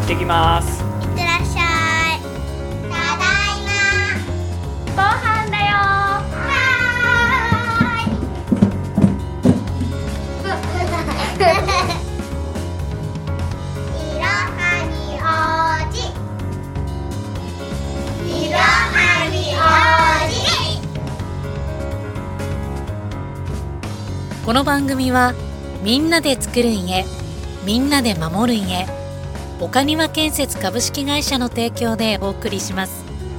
ってきます。 いってらっしゃい。ただいま。 ご飯だよ。 はーい。いろはに王子。いろはに王子。 この番組はみんなで作る家、みんなで守る家、岡庭建設株式会社の提供でお送りします。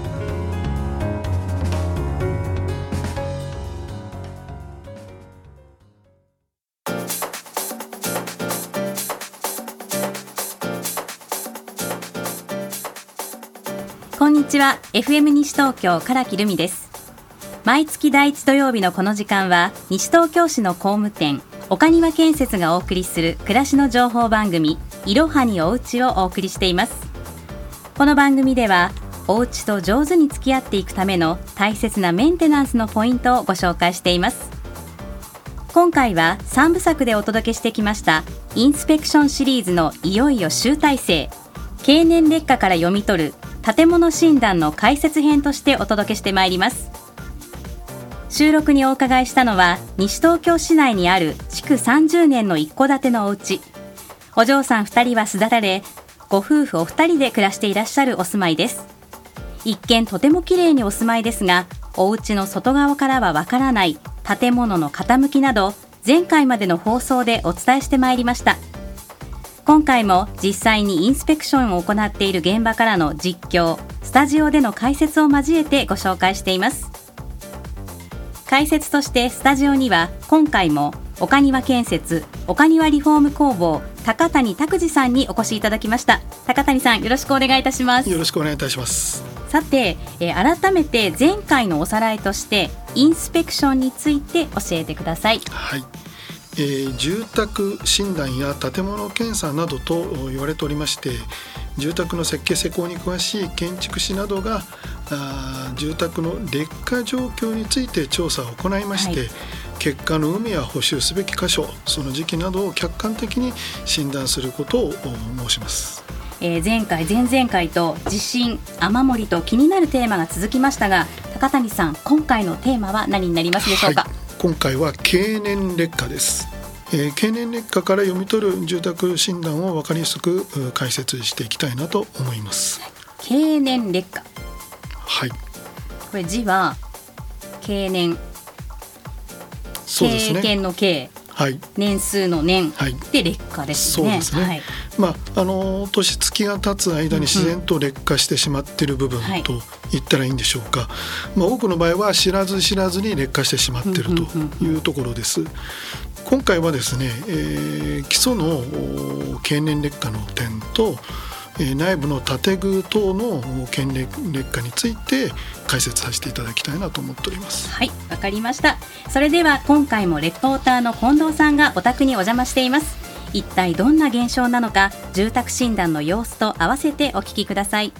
こんにちは。 FM 西東京唐木留美です。毎月第1土曜日のこの時間は西東京市の工務店岡庭建設がお送りする暮らしの情報番組いろはにおうちをお送りしています。この番組ではおうちと上手に付き合っていくための大切なメンテナンスのポイントをご紹介しています。今回は3部作でお届けしてきましたインスペクションシリーズのいよいよ集大成、経年劣化から読み取る建物診断の解説編としてお届けしてまいります。収録にお伺いしたのは西東京市内にある築30年の一戸建てのお家。お嬢さん2人は巣立たれ、ご夫婦お二人で暮らしていらっしゃるお住まいです。一見とても綺麗にお住まいですが、お家の外側からはわからない建物の傾きなど前回までの放送でお伝えしてまいりました。今回も実際にインスペクションを行っている現場からの実況、スタジオでの解説を交えてご紹介しています。解説としてスタジオには今回も岡庭建設岡庭リフォーム工房高谷拓司さんにお越しいただきました。高谷さん、よろしくお願いいたします。 よろしくお願いいたします。 さて、改めて前回のおさらいとしてインスペクションについて教えてください。 はい、住宅診断や建物検査などと言われておりまして、住宅の設計施工に詳しい建築士などが住宅の劣化状況について調査を行いまして、結果の有無や補修すべき箇所、その時期などを客観的に診断することを申します。 前回前々回と地震雨漏りと気になるテーマが続きましたが、高谷さん、今回のテーマは何になりますでしょうか。 今回は経年劣化です。経年劣化から読み取る住宅診断を分かりやすく解説していきたいなと思います。 経年劣化、 はい、 これ字は経年、 そうですね、 経験の経、 はい、 年数の年、 はい、 で劣化ですね。 そうですね、年月が経つ間に自然と劣化してしまっている部分と言ったらいいんでしょうか。多くの場合は知らず知らずに劣化してしまっているというところです。今回はですね、基礎の経年劣化の点と内部の建具等の経年劣化について解説させていただきたいなと思っております。 はい、わかりました。それでは今回もレポーターの近藤さんがお宅にお邪魔しています。一体どんな現象なのか、住宅診断の様子と合わせてお聞きください。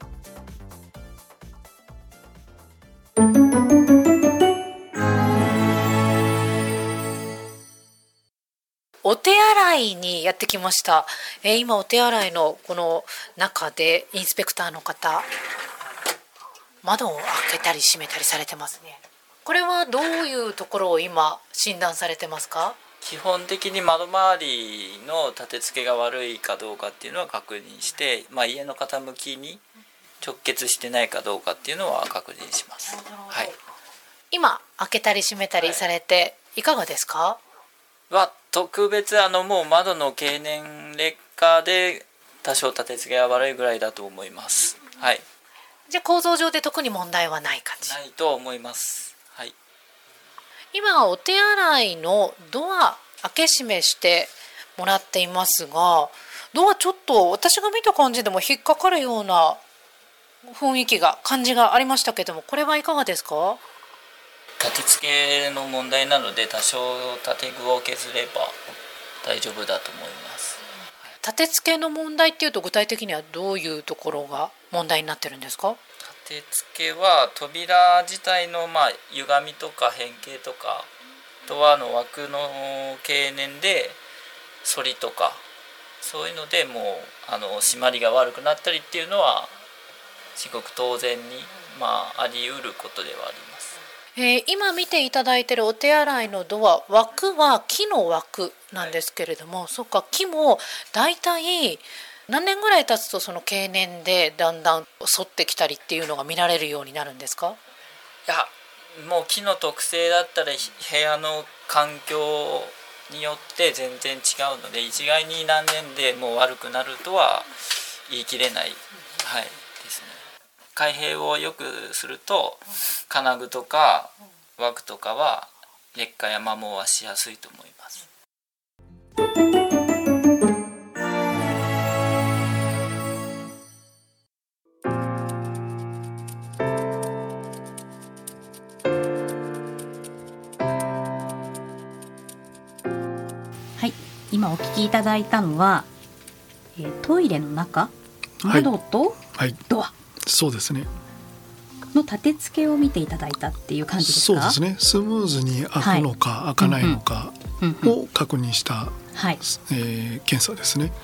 お手洗いにやってきました。今お手洗いのこの中でインスペクターの方、窓を開けたり閉めたりされてますね。これはどういうところを今診断されてますか？ 基本的に窓周りの立て付けが悪いかどうかっていうのは確認して、家の傾きに直結してないかどうかっていうのは確認します。はい、 今開けたり閉めたりされていかがですか？ 特別もう窓の経年劣化で多少立て付けが悪いぐらいだと思います。はい、 じゃあ構造上で特に問題はない感じ？ ないと思います。はい、 今お手洗いのドア開け閉めしてもらっていますが、ドアちょっと私が見た感じでも引っかかるような雰囲気が感じがありましたけども、これはいかがですか？ 立て付けの問題なので多少建具を削れば大丈夫だと思います。 立て付けの問題っていうと具体的にはどういうところが問題になってるんですか？ 立て付けは扉自体の歪みとか変形とか、ドアの枠の経年で反りとかそういうのでもう締まりが悪くなったりっていうのはすごく当然に、あり得ることではあります。 今見ていただいているお手洗いのドア、枠は木の枠なんですけれども、そっか、木もだいたい何年ぐらい経つとその経年でだんだん反ってきたりっていうのが見られるようになるんですか？ いや、もう木の特性だったり部屋の環境によって全然違うので、一概に何年でもう悪くなるとは言い切れない、ですね。開閉をよくすると金具とか枠とかは劣化や摩耗はしやすいと思います。 はい、今お聞きいただいたのは、トイレの中、窓とドア、 そうですねの立て付けを見ていただいたっていう感じですか？ そうですね。スムーズに開くのか、開かないのかを確認した、検査ですね。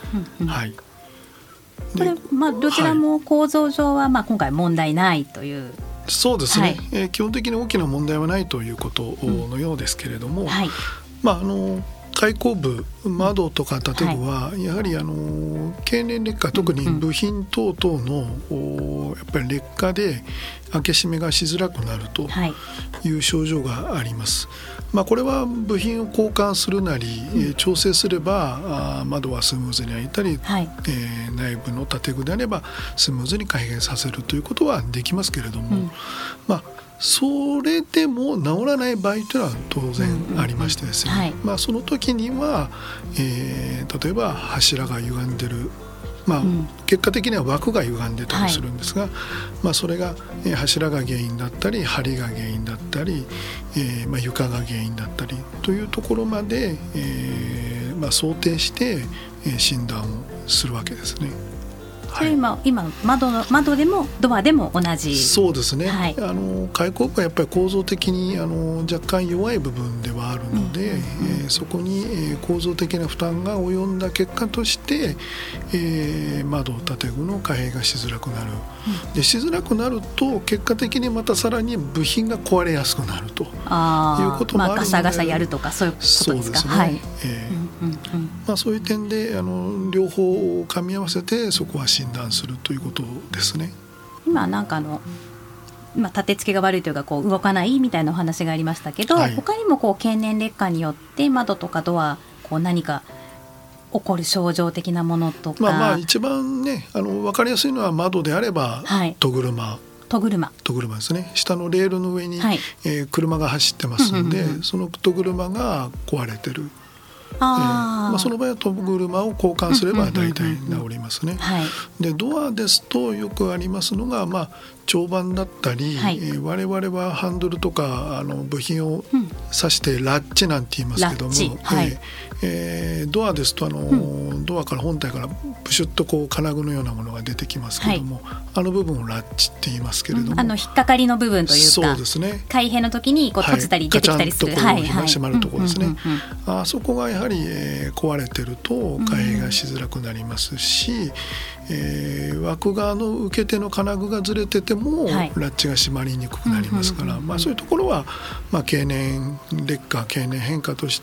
これ、どちらも構造上は、今回問題ないという。 そうですね、基本的に大きな問題はないということのようですけれども、開口部、窓とか建具はやはり経年劣化、特に部品等々のやっぱり劣化で開け閉めがしづらくなるという症状があります。これは部品を交換するなり、調整すれば窓はスムーズに開いたり、内部の建具であればスムーズに開閉させるということはできますけれども、それでも治らない場合というのは当然ありましてですね、その時には、例えば柱が歪んでる、結果的には枠が歪んでたりするんですが、それが柱が原因だったり梁が原因だったり、床が原因だったりというところまで、想定して診断をするわけですね。 それ今窓でもドアでも同じ。 そうですね、開口部はやっぱり構造的に若干弱い部分ではあるので、そこに構造的な負担が及んだ結果として、窓建具の開閉がしづらくなる、でしづらくなると結果的にまたさらに部品が壊れやすくなるということもあるので、 ガサガサやるとかそういうことですか？ そうですね、そういう点で両方を噛み合わせてそこは診断するということですね。 今立て付けが悪いというか動かないみたいなお話がありましたけど、他にも経年劣化によって窓とかドア何か起こる症状的なものとか、 一番ね分かりやすいのは窓であれば戸車ですね。下のレールの上に、車が走ってますので、その戸車が壊れてる、その場合は戸車を交換すれば大体治りますね。でドアですとよくありますのが、長板だったり、我々はハンドルとか部品を刺してラッチなんて言いますけども、ドアですとドアから本体からプシュッと金具のようなものが出てきますけども、部分をラッチって言いますけれども、 引っかかりの部分というか、 そうですね、 開閉の時に閉じたり出てきたりする、 カチャンと閉まるところですね。あそこがやはり壊れてると開閉がしづらくなりますし、枠側の受け手の金具がずれてても、ラッチが閉まりにくくなりますから、そういうところは、経年劣化経年変化として、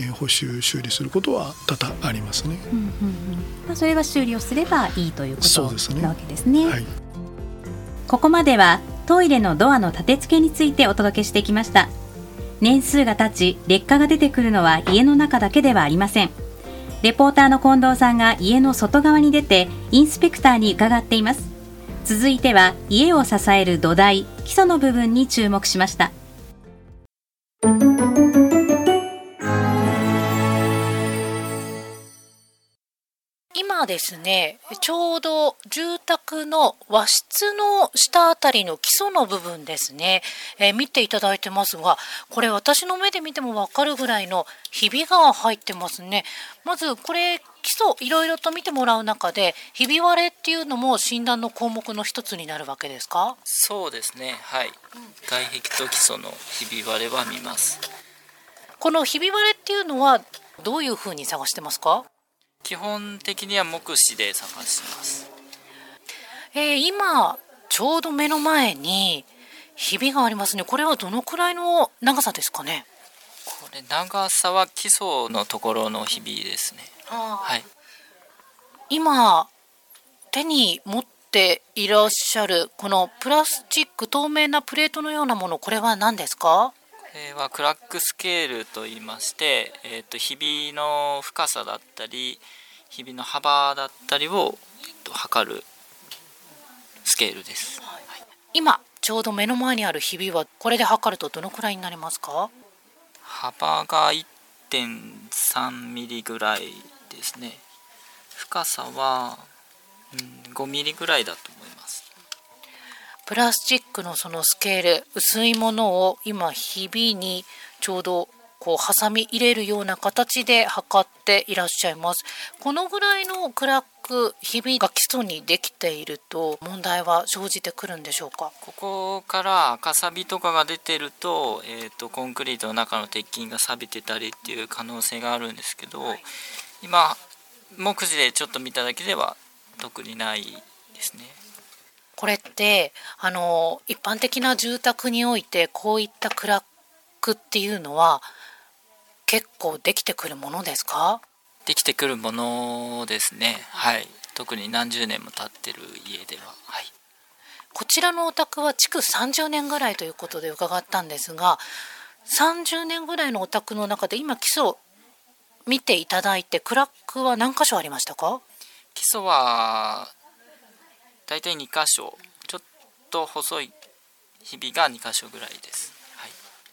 補修修理することは多々ありますね。 それは修理をすればいいということなわけですね。ここまではトイレのドアの立て付けについてお届けしてきました。年数が経ち劣化が出てくるのは家の中だけではありません。レポーターの近藤さんが家の外側に出てインスペクターに伺っています。続いては家を支える土台、基礎の部分に注目しました。 今ですね、ちょうど住宅の和室の下あたりの基礎の部分ですね、見ていただいてますが、これ私の目で見ても分かるぐらいのひびが入ってますね。まずこれ基礎いろいろと見てもらう中でひび割れっていうのも診断の項目の一つになるわけですか？ そうですね、外壁と基礎のひび割れは見ます。 このひび割れっていうのはどういうふうに探してますか？ 基本的には目視で探します。 今ちょうど目の前にひびがありますね。これはどのくらいの長さですかね？ これ長さは基礎のところのひびですね。はい。 今手に持っていらっしゃるこのプラスチック透明なプレートのようなもの、これは何ですか？ これはクラックスケールといいまして、ひびの深さだったりひびの幅だったりを、測るスケールです。はい、 今ちょうど目の前にあるひびはこれで測るとどのくらいになりますか？ 幅が 1.3 ミリぐらいですね。深さは、5ミリぐらいだと思います。 プラスチックのそのスケール、薄いものを今ひびにちょうどこう挟み入れるような形で測っていらっしゃいます。このぐらいのクラック、ひびが基礎にできていると問題は生じてくるんでしょうか？ ここから赤サビとかが出てると、コンクリートの中の鉄筋が錆びてたりっていう可能性があるんですけど、今目視でちょっと見ただけでは特にないですね。 これって一般的な住宅においてこういったクラックっていうのは結構できてくるものですか？ できてくるものですね。はい。特に何十年も経ってる家では。はい。 こちらのお宅は築30年ぐらいということで伺ったんですが、30年ぐらいのお宅の中で今基礎を見ていただいてクラックは何箇所ありましたか？ 基礎はだいたい2箇所、ちょっと細いひびが2箇所ぐらいです。はい。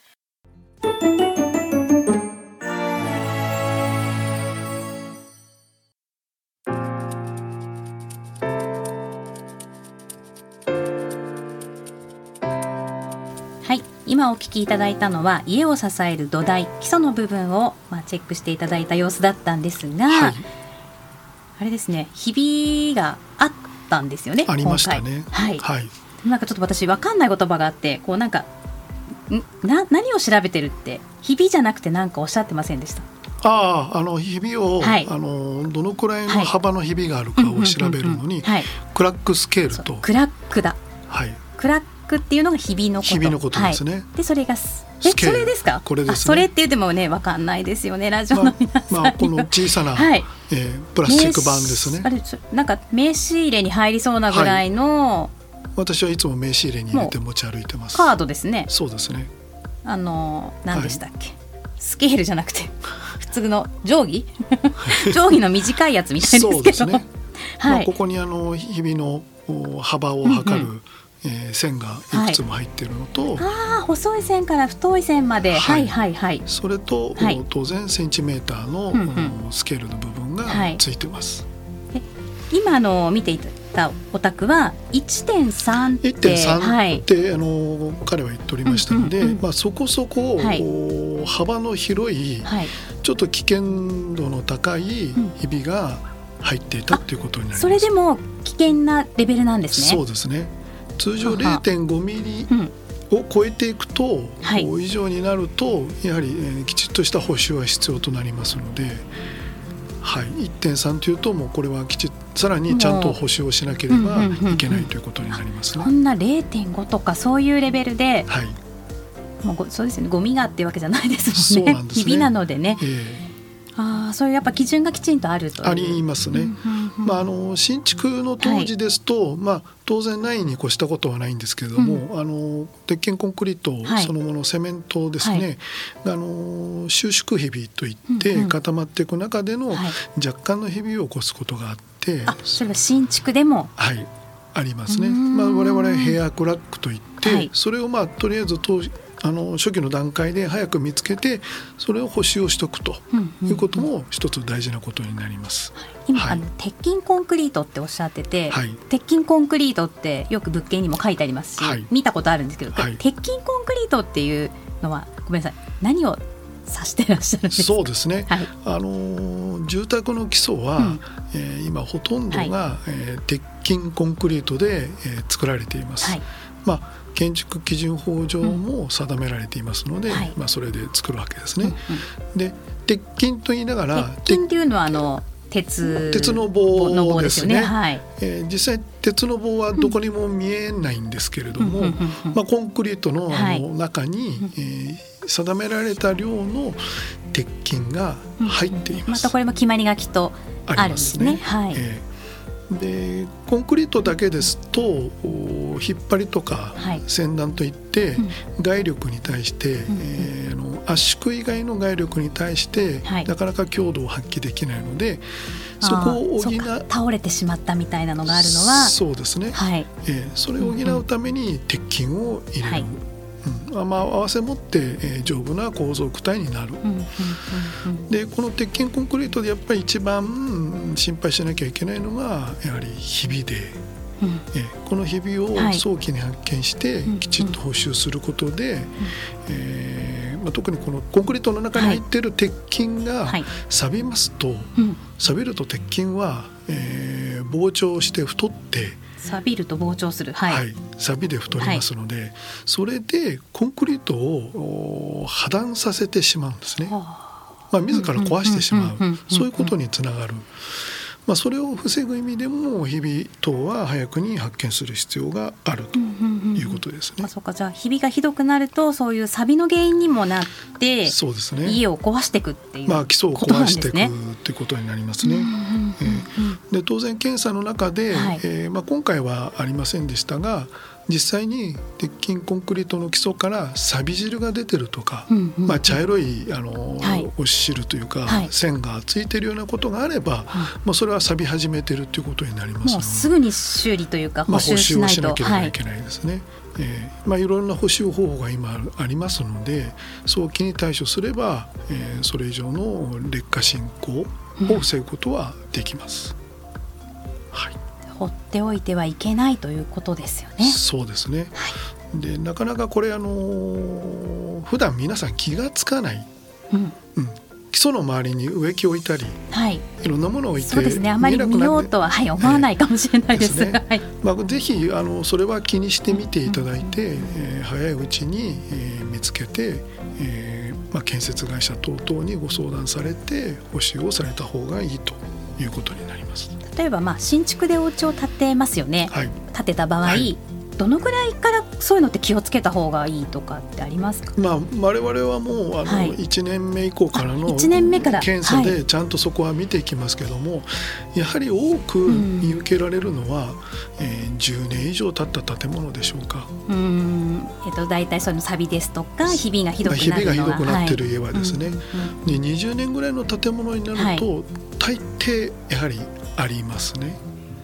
はい、今お聞きいただいたのは家を支える土台、基礎の部分をチェックしていただいた様子だったんですが、はい、あれですね、ひびがあったんですよね。 ありましたね。 はい、はい、なんかちょっと私分かんない言葉があって、こうなんか何を調べてるってひびじゃなくて何かおっしゃってませんでした？ ひびを、はい、どのくらいの幅のひびがあるかを調べるのに、クラックスケールと、 クラックだ、 はい、 クラックっていうのがひびのこと、 ひびのことですね。 はい、でそれがそれですか？ これですね。 それって言ってもね分かんないですよね、ラジオの皆さん、 この小さな、はい、プラスチック板ですね。 あれなんか名刺入れに入りそうなぐらいの、 はい、私はいつも名刺入れに入れて持ち歩いてます。 カードですね。 そうですね。 何でしたっけ、はい、スケールじゃなくて普通の定規定規の短いやつみたいですけど、そうですね。はい、 ここにひびの幅を測る、線がいくつも入っているのと、 細い線から太い線まで、はいはいはい、 それと、当然センチメーターの、スケールの部分がついてます。 今見ていたお宅は 1.3 って、 彼は言っておりましたので、そこそこ、幅の広い、ちょっと危険度の高いひびが入っていたということになります。 それでも危険なレベルなんですね。 そうですね。通常 0.5 ミリを超えていくと、以上になるとやはり、きちっとした補修は必要となりますので、はい、1.3 というともうこれはさらにちゃんと補修をしなければいけないということになりますね。 こんな 0.5 とかそういうレベルで、 はい、 もうそうですね、ゴミがっていうわけじゃないですもんね。 そうなんですね。 ひびなのでね、そういうやっぱ基準がきちんとあるという。 ありますね。新築の当時ですと、当然ないに越したことはないんですけれども、鉄筋コンクリートそのもの、セメントですね、収縮ひびといって固まっていく中での若干のひびを起こすことがあって、 それは新築でも、 ありますね。我々ヘアクラックといって、それをとりあえず初期の段階で早く見つけてそれを補修をしておくということも一つ大事なことになります。 今、鉄筋コンクリートっておっしゃってて、鉄筋コンクリートってよく物件にも書いてありますし、見たことあるんですけど、鉄筋コンクリートっていうのはごめんなさい、何を指してらっしゃるんですか？そうですね、 住宅の基礎は、今ほとんどが、鉄筋コンクリートで、作られています。建築基準法上も定められていますので、それで作るわけですね。で、鉄筋と言いながら、 鉄筋というのは鉄の棒ですね。 はい、 実際鉄の棒はどこにも見えないんですけれども、コンクリートの中に、定められた量の鉄筋が入っています。 またこれも決まりがきっとあるんですね。はい、 でコンクリートだけですと引っ張りとか旋断といって、外力に対して、圧縮以外の外力に対して、なかなか強度を発揮できないので、そこを倒れてしまったみたいなのがあるのはそうですね、それを補うために鉄筋を入れる、合わせ持って、丈夫な構造躯体になる、でこの鉄筋コンクリートでやっぱり一番心配しなきゃいけないのがやはりひびで、このひびを早期に発見してきちんと補修することで、特にこのコンクリートの中に入っている鉄筋が錆びますと、錆びると鉄筋は、膨張して太って錆びると膨張する、 錆で太りますので、それでコンクリートを破断させてしまうんですね。自ら壊してしまう、そういうことにつながる。それを防ぐ意味でもひび等は早くに発見する必要があるということですね。 そうか、じゃあひびがひどくなるとそういう錆の原因にもなって、 そうですね、 家を壊していくっていうことなんですね。 基礎を壊していくっていうことになりますね。で当然検査の中で、今回はありませんでしたが、実際に鉄筋コンクリートの基礎から錆び汁が出てるとか、茶色いお汁というか、線がついてるようなことがあれば、もうそれは錆び始めてるということになりますので、 もうすぐに修理というか補修しないと、 補修をしなければいけないですね。いろんな補修方法が今ありますので、早期に対処すれば、それ以上の劣化進行を防ぐことはできます。 放っておいてはいけないということですよね。 そうですね、でなかなかこれ普段皆さん気がつかない、基礎の周りに植木を置いたり、いろんなものを置いて、 そうですね、あまり見ようとは、思わないかもしれないですが、 ぜひそれは気にしてみていただいて、早いうちに、見つけて、建設会社等々にご相談されて補修をされた方がいいということになります。 例えば新築でお家を建てますよね、建てた場合、どのくらいからそういうのって気をつけた方がいいとかってありますか？ 我々はもう1年目以降からの検査でちゃんとそこは見ていきますけども、やはり多く見受けられるのは、10年以上経った建物でしょうか。 だいたいその錆ですとかひびがひどくなるのは、 ひびがひどくなっている家はですね、で20年ぐらいの建物になると、大抵やはりありますね。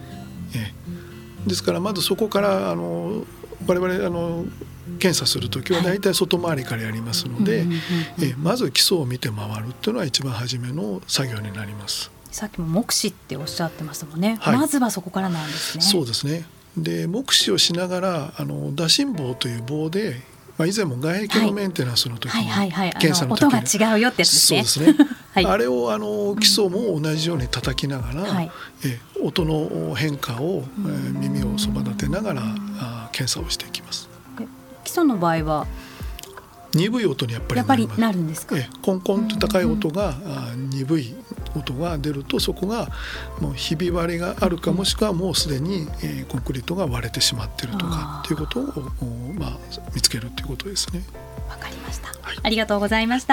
ですからまずそこから我々検査するときは大体外回りからやりますので、まず基礎を見て回るっていうのは一番初めの作業になります。 さっきも目視っておっしゃってましたもんね、まずはそこからなんですね。 そうですね。で目視をしながら打診棒という棒で、以前も外壁のメンテナンスの時に、検査の時に音が違うよってやつですね。 そうですね、あれを基礎も同じように叩きながら、音の変化を、耳をそば立てながら検査をしていきます。 基礎の場合は鈍い音にやっぱりなるんですか？ コンコンと高い音が、鈍い音が出ると、そこがもうひび割れがあるか、もしくはもうすでに、コンクリートが割れてしまっているとかということを、見つけるということですね。 わかりました、ありがとうございました。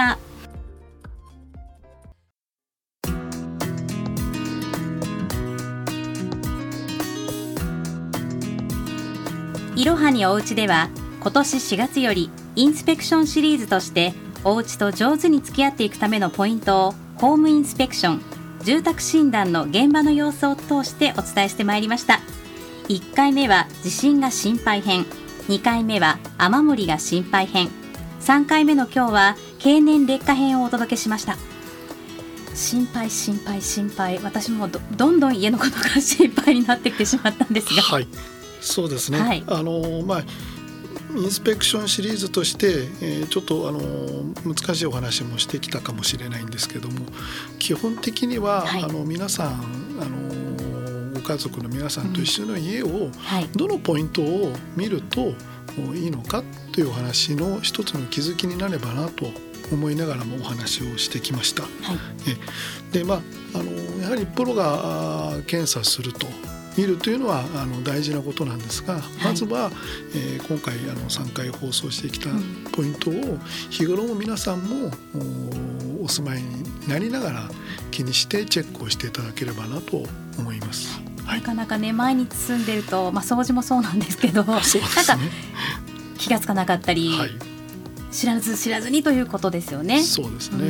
いろはにおうちでは今年4月よりインスペクションシリーズとしておうちと上手に付き合っていくためのポイントをホームインスペクション、住宅診断の現場の様子を通してお伝えしてまいりました。1回目は地震が心配編、2回目は雨漏りが心配編、3回目の今日は経年劣化編をお届けしました。心配心配心配、私もどんどん家のことが心配になってきてしまったんですが、 そうですね、インスペクションシリーズとして、ちょっと難しいお話もしてきたかもしれないんですけども、基本的には、皆さんご家族の皆さんと一緒の家を、どのポイントを見るといいのかというお話の一つの気づきになればなと思いながらもお話をしてきました。でややはりプロが検査すると見るというのは大事なことなんですが、まずは、今回3回放送してきたポイントを日頃も皆さんもお住まいになりながら気にしてチェックをしていただければなと思います。 なかなかね毎日住んでると、掃除もそうなんですけどそうですね、 なんか気がつかなかったり、 はい、 知らずにということですよね。 そうですね。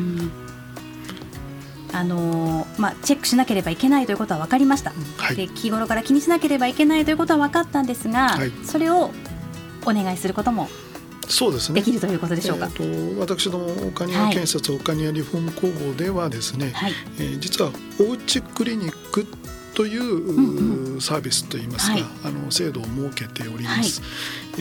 チェックしなければいけないということは分かりました、 はい、で日頃から気にしなければいけないということは分かったんですが、はい、それをお願いすることもできるということでしょうか。 私ども岡庭建設、岡庭リフォーム工房ではですね、はい、実はおうちクリニックというサービスといいますか、制度を設けております、はい、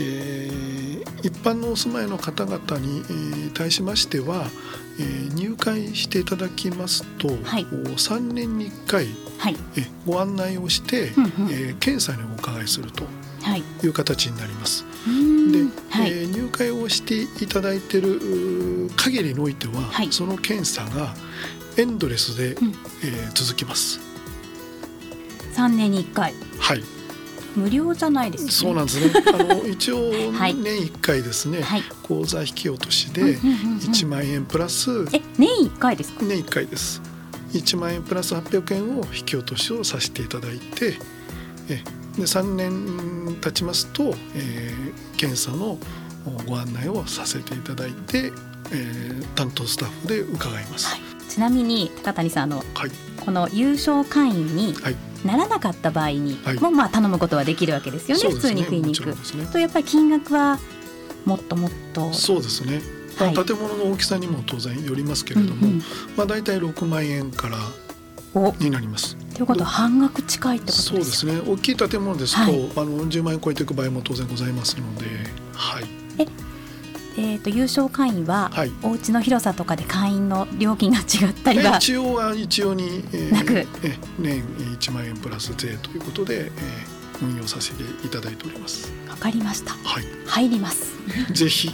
一般のお住まいの方々に、対しましては、入会していただきますと、はい、3年に1回、はい、ご案内をして、検査にお伺いするという形になります、で、はい、入会をしていただいている限りにおいては、はい、その検査がエンドレスで、続きます。 3年に1回、 はい、 無料じゃないですね。 そうなんですね。一応年1回ですね、はい、口座引き落としで1万円プラス、 年1回ですか？ 年1回です。1万円プラス800円を引き落としをさせていただいて、で3年経ちますと、検査のご案内をさせていただいて、担当スタッフで伺います、はい。 ちなみに高谷さんはい、この優勝会員にならなかった場合にも、頼むことはできるわけですよね、普通にクリニック、とやっぱり金額はもっともっと。 そうですね、建物の大きさにも当然よりますけれども、だいたい6万円からになります。 ということは半額近いってことですよね。 そうですね、大きい建物ですと、10万円超えていく場合も当然ございますので、はい。 優勝会員は、お家の広さとかで会員の料金が違ったりは一応に、 なく、 年1万円プラス税ということで、運用させていただいております。 わかりました、 はい、 入りますぜひ、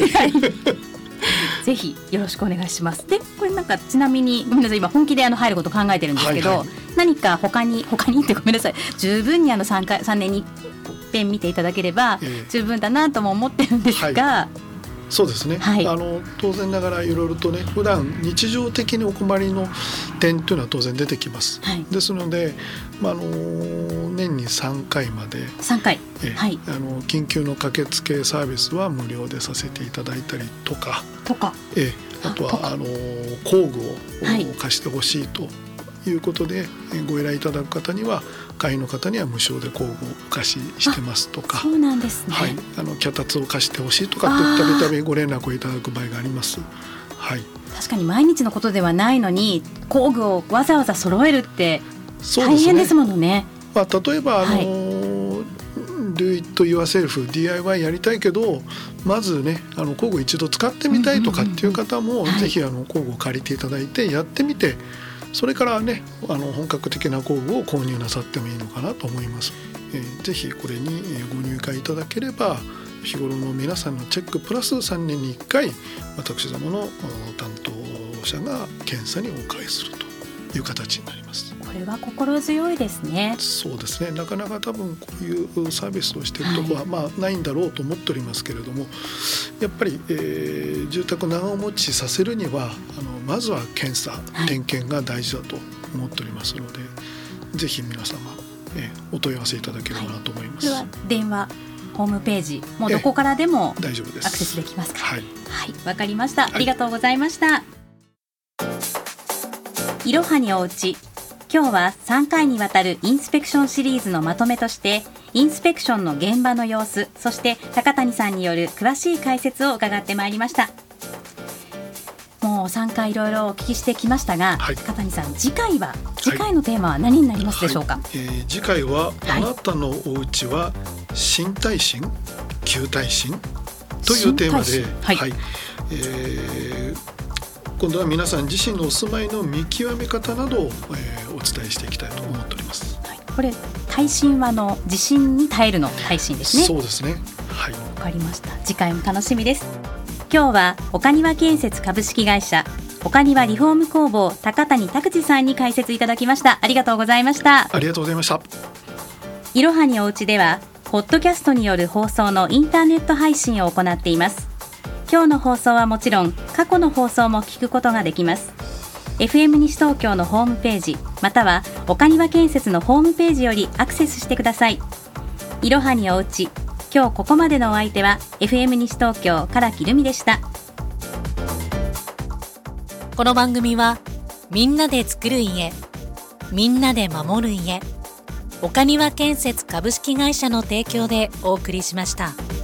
ぜひよろしくお願いします。でこれちなみにごめんなさい、今本気で入ること考えてるんですけど、何か他にってごめんなさい、十分に3年に1遍見ていただければ十分だなとも思ってるんですが、 そうですね、当然ながらいろいろとね、普段日常的にお困りの点というのは当然出てきます、ですので、年に3回まで緊急の駆けつけサービスは無料でさせていただいたりとか、あとは工具を貸してほしいということで、ご依頼いただく方には会員の方には無償で工具をお貸ししてますとか、 そうなんですね、 脚立を貸してほしいとかってたびたびご連絡をいただく場合があります、 確かに毎日のことではないのに工具をわざわざ揃えるって大変ですものね。 例えばDo it yourself DIY やりたいけど、まずね工具一度使ってみたいとかっていう方も、ぜひ工具を借りていただいてやってみて、それからね本格的な工具を購入なさってもいいのかなと思います。ぜひこれにご入会いただければ、日頃の皆さんのチェックプラス3年に1回私どもの担当者が検査にお伺いするという形になります。 これは心強いですね。 そうですね、なかなか多分こういうサービスをしているところは、ないんだろうと思っておりますけれども、やっぱり、住宅長持ちさせるにはまずは検査、点検が大事だと思っておりますので、ぜひ皆様、お問い合わせいただければなと思います。 これは電話、ホームページ、もうどこからでも大丈夫です。 アクセスできますか？ はい、 わかりました。ありがとうございました。いろはにおうち、今日は3回にわたるインスペクションシリーズのまとめとして、インスペクションの現場の様子、そして高谷さんによる詳しい解説を伺ってまいりました。もう3回いろいろお聞きしてきましたが、高谷さん、次回のテーマは何になりますでしょうか？ 次回は、あなたのお家は新耐震、旧耐震というテーマで、今度は皆さん自身のお住まいの見極め方などを、お伝えしていきたいと思っております。 これ耐震は地震に耐えるの耐震ですね。 そうですね、わかりました。次回も楽しみです。今日は岡庭建設株式会社岡庭リフォーム工房高谷拓司さんに解説いただきました。ありがとうございました。 ありがとうございました。 いろはにおうちではポッドキャストによる放送のインターネット配信を行っています。今日の放送はもちろん過去の放送も聞くことができます。 FM 西東京のホームページまたは岡庭建設のホームページよりアクセスしてください。いろはにおうち、今日ここまでのお相手は FM 西東京唐木留美でした。 この番組はみんなで作る家、みんなで守る家、岡庭建設株式会社の提供でお送りしました。